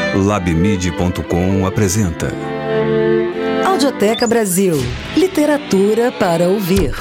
Labmid.com apresenta Audioteca Brasil. Literatura para ouvir.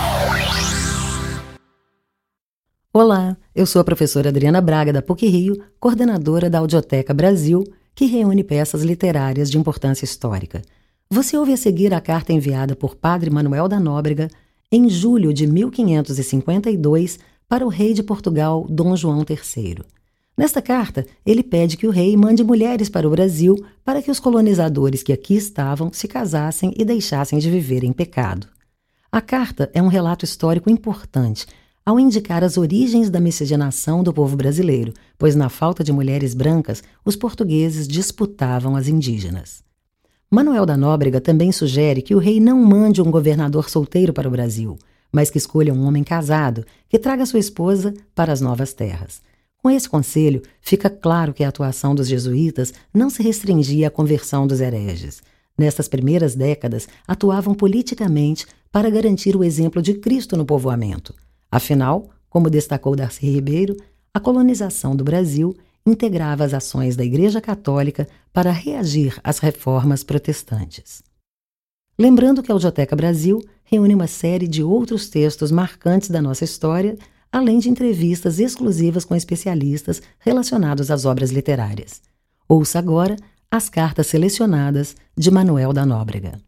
Olá, eu sou a professora Adriana Braga da PUC-Rio, coordenadora da Audioteca Brasil, que reúne peças literárias de importância histórica. Você ouve a seguir a carta enviada por Padre Manuel da Nóbrega em julho de 1552 para o rei de Portugal, Dom João III. Nesta carta, ele pede que o rei mande mulheres para o Brasil para que os colonizadores que aqui estavam se casassem e deixassem de viver em pecado. A carta é um relato histórico importante ao indicar as origens da miscigenação do povo brasileiro, pois na falta de mulheres brancas, os portugueses disputavam as indígenas. Manuel da Nóbrega também sugere que o rei não mande um governador solteiro para o Brasil, mas que escolha um homem casado que traga sua esposa para as novas terras. Com esse conselho, fica claro que a atuação dos jesuítas não se restringia à conversão dos hereges. Nestas primeiras décadas, atuavam politicamente para garantir o exemplo de Cristo no povoamento. Afinal, como destacou Darcy Ribeiro, a colonização do Brasil integrava as ações da Igreja Católica para reagir às reformas protestantes. Lembrando que a Audioteca Brasil reúne uma série de outros textos marcantes da nossa história, além de entrevistas exclusivas com especialistas relacionados às obras literárias. Ouça agora as cartas selecionadas de Manuel da Nóbrega.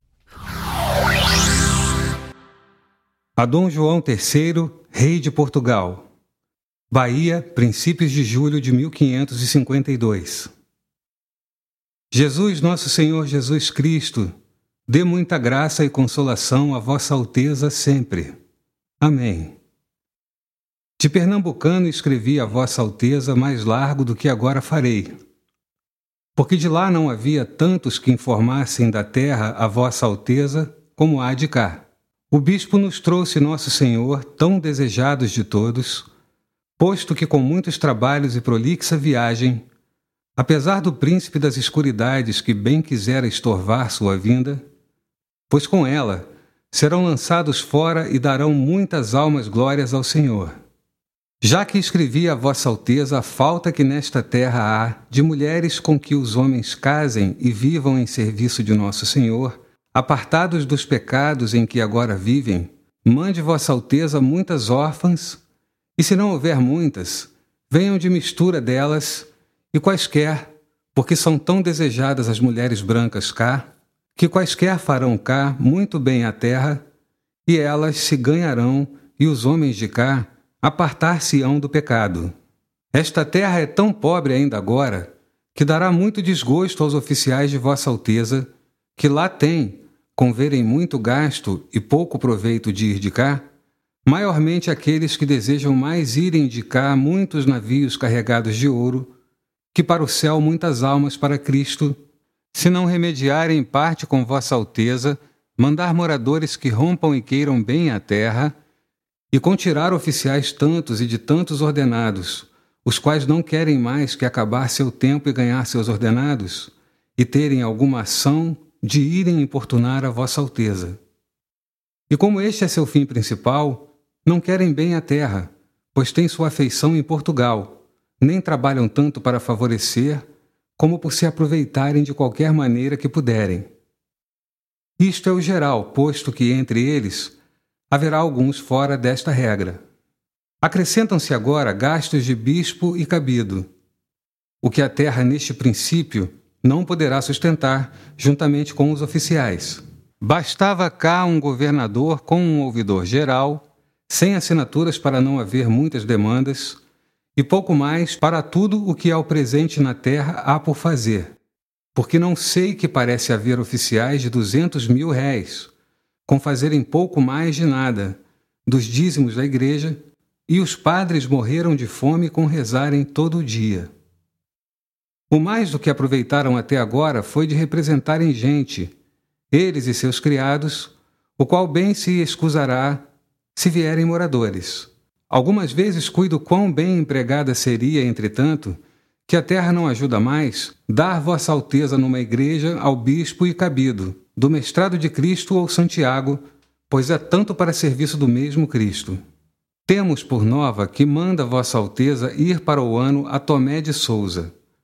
A Dom João III, rei de Portugal. Bahia, princípios de julho de 1552. Jesus, nosso Senhor Jesus Cristo, dê muita graça e consolação a Vossa Alteza sempre. Amém. De pernambucano escrevi a Vossa Alteza mais largo do que agora farei, porque de lá não havia tantos que informassem da terra a Vossa Alteza como há de cá. O bispo nos trouxe Nosso Senhor, tão desejados de todos, posto que com muitos trabalhos e prolixa viagem, apesar do príncipe das escuridades que bem quisera estorvar sua vinda, pois com ela serão lançados fora e darão muitas almas glórias ao Senhor. Já que escrevi a Vossa Alteza a falta que nesta terra há de mulheres com que os homens casem e vivam em serviço de Nosso Senhor, apartados dos pecados em que agora vivem, mande Vossa Alteza muitas órfãs, e se não houver muitas, venham de mistura delas, e quaisquer, porque são tão desejadas as mulheres brancas cá, que quaisquer farão cá muito bem a terra, e elas se ganharão, e os homens de cá apartar-se-ão do pecado. Esta terra é tão pobre ainda agora, que dará muito desgosto aos oficiais de Vossa Alteza, que lá têm, com verem muito gasto e pouco proveito de ir de cá, maiormente aqueles que desejam mais irem de cá muitos navios carregados de ouro, que para o céu muitas almas para Cristo, se não remediarem em parte com Vossa Alteza, mandar moradores que rompam e queiram bem a terra, e com tirar oficiais tantos e de tantos ordenados, os quais não querem mais que acabar seu tempo e ganhar seus ordenados, e terem alguma ação de irem importunar a Vossa Alteza. E como este é seu fim principal, não querem bem a terra, pois têm sua afeição em Portugal, nem trabalham tanto para favorecer, como por se aproveitarem de qualquer maneira que puderem. Isto é o geral, posto que entre eles haverá alguns fora desta regra. Acrescentam-se agora gastos de bispo e cabido, o que a terra neste princípio não poderá sustentar, juntamente com os oficiais. Bastava cá um governador com um ouvidor geral, sem assinaturas para não haver muitas demandas, e pouco mais para tudo o que ao presente na terra há por fazer, porque não sei que parece haver oficiais de 200.000 réis, com fazerem pouco mais de nada, dos dízimos da igreja, e os padres morreram de fome com rezarem todo o dia. O mais do que aproveitaram até agora foi de representarem gente, eles e seus criados, o qual bem se escusará se vierem moradores. Algumas vezes cuido quão bem empregada seria, entretanto, que a terra não ajuda mais, dar Vossa Alteza numa igreja ao bispo e cabido, do mestrado de Cristo ou Santiago, pois é tanto para serviço do mesmo Cristo. Temos por nova que manda Vossa Alteza ir para o ano a Tomé de Souza,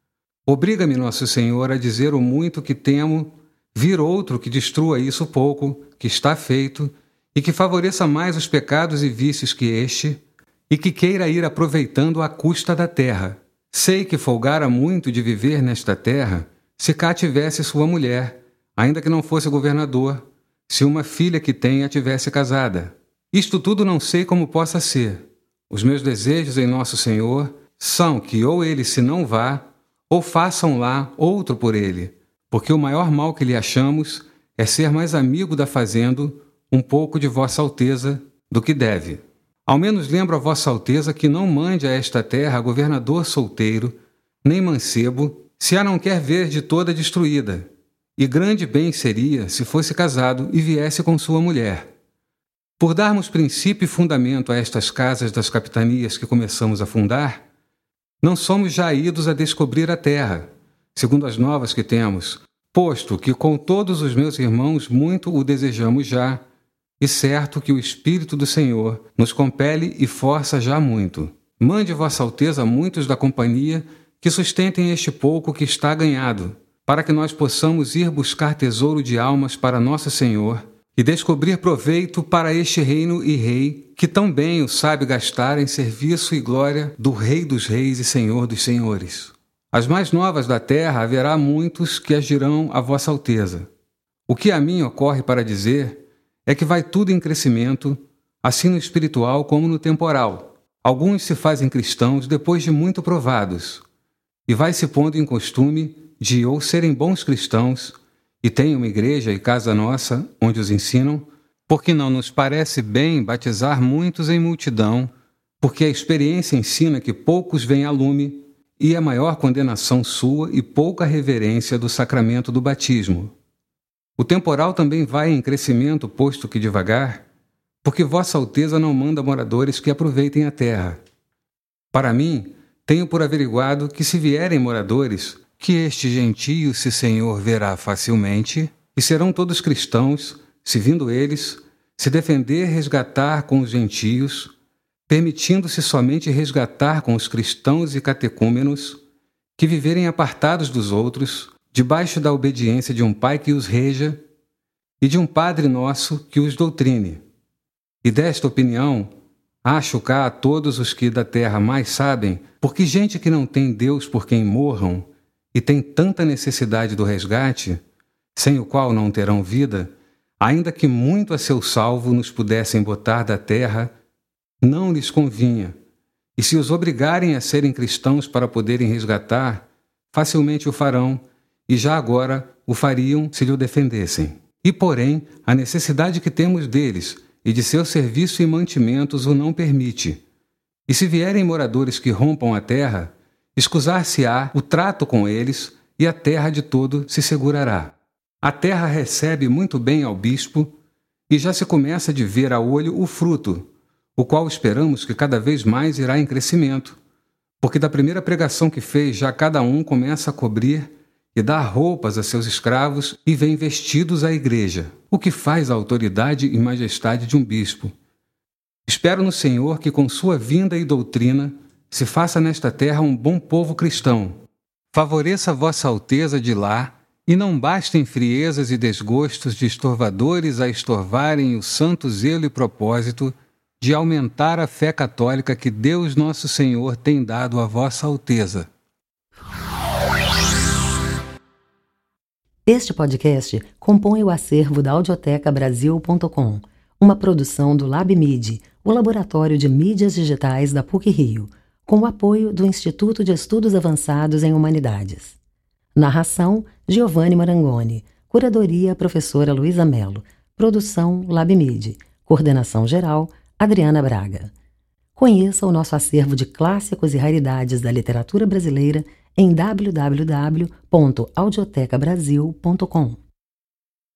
Obriga-me, nosso Senhor, a dizer o muito que temo, vir outro que destrua isso pouco, que está feito, e que favoreça mais os pecados e vícios que este, e que queira ir aproveitando à custa da terra. Sei que folgara muito de viver nesta terra, se cá tivesse sua mulher, ainda que não fosse governador, se uma filha que tenha tivesse casada. Isto tudo não sei como possa ser. Os meus desejos em nosso Senhor são que ou ele se não vá, ou façam lá outro por ele, porque o maior mal que lhe achamos é ser mais amigo da fazendo um pouco de Vossa Alteza do que deve. Ao menos lembro a Vossa Alteza que não mande a esta terra governador solteiro, nem mancebo, se a não quer ver de toda destruída. E grande bem seria se fosse casado e viesse com sua mulher. Por darmos princípio e fundamento a estas casas das capitanias que começamos a fundar, não somos já idos a descobrir a terra, segundo as novas que temos, posto que com todos os meus irmãos muito o desejamos já, e certo que o Espírito do Senhor nos compele e força já muito. Mande Vossa Alteza muitos da companhia que sustentem este pouco que está ganhado, para que nós possamos ir buscar tesouro de almas para nosso Senhor e descobrir proveito para este reino e rei, que tão bem o sabe gastar em serviço e glória do Rei dos Reis e Senhor dos Senhores. As mais novas da terra haverá muitos que as dirão a Vossa Alteza. O que a mim ocorre para dizer é que vai tudo em crescimento, assim no espiritual como no temporal. Alguns se fazem cristãos depois de muito provados, e vai se pondo em costume de ou serem bons cristãos, e tem uma igreja e casa nossa, onde os ensinam, porque não nos parece bem batizar muitos em multidão, porque a experiência ensina que poucos vêm a lume, e a maior condenação sua e pouca reverência do sacramento do batismo. O temporal também vai em crescimento, posto que devagar, porque Vossa Alteza não manda moradores que aproveitem a terra. Para mim, tenho por averiguado que se vierem moradores, que este gentio se Senhor verá facilmente, e serão todos cristãos, se vindo eles, se defender resgatar com os gentios, permitindo-se somente resgatar com os cristãos e catecúmenos, que viverem apartados dos outros, debaixo da obediência de um Pai que os reja e de um Padre nosso que os doutrine. E desta opinião, acho cá a todos os que da terra mais sabem, porque gente que não tem Deus por quem morram e tem tanta necessidade do resgate, sem o qual não terão vida, ainda que muito a seu salvo nos pudessem botar da terra, não lhes convinha, e se os obrigarem a serem cristãos para poderem resgatar, facilmente o farão, e já agora o fariam se lhe o defendessem. E, porém, a necessidade que temos deles e de seu serviço e mantimentos o não permite. E se vierem moradores que rompam a terra, escusar-se-á o trato com eles, e a terra de todo se segurará. A terra recebe muito bem ao bispo, e já se começa de ver a olho o fruto, o qual esperamos que cada vez mais irá em crescimento, porque da primeira pregação que fez já cada um começa a cobrir e dar roupas a seus escravos e vem vestidos à igreja, o que faz a autoridade e majestade de um bispo. Espero no Senhor que com sua vinda e doutrina se faça nesta terra um bom povo cristão. Favoreça Vossa Alteza de lá, e não bastem friezas e desgostos de estorvadores a estorvarem o santo zelo e propósito de aumentar a fé católica que Deus Nosso Senhor tem dado a Vossa Alteza. Este podcast compõe o acervo da audiotecabrasil.com, uma produção do LabMid, o Laboratório de Mídias Digitais da PUC-Rio, com o apoio do Instituto de Estudos Avançados em Humanidades. Narração, Giovanni Marangoni. Curadoria, professora Luísa Mello. Produção, LabMid. Coordenação geral, Adriana Braga. Conheça o nosso acervo de clássicos e raridades da literatura brasileira em www.audiotecabrasil.com.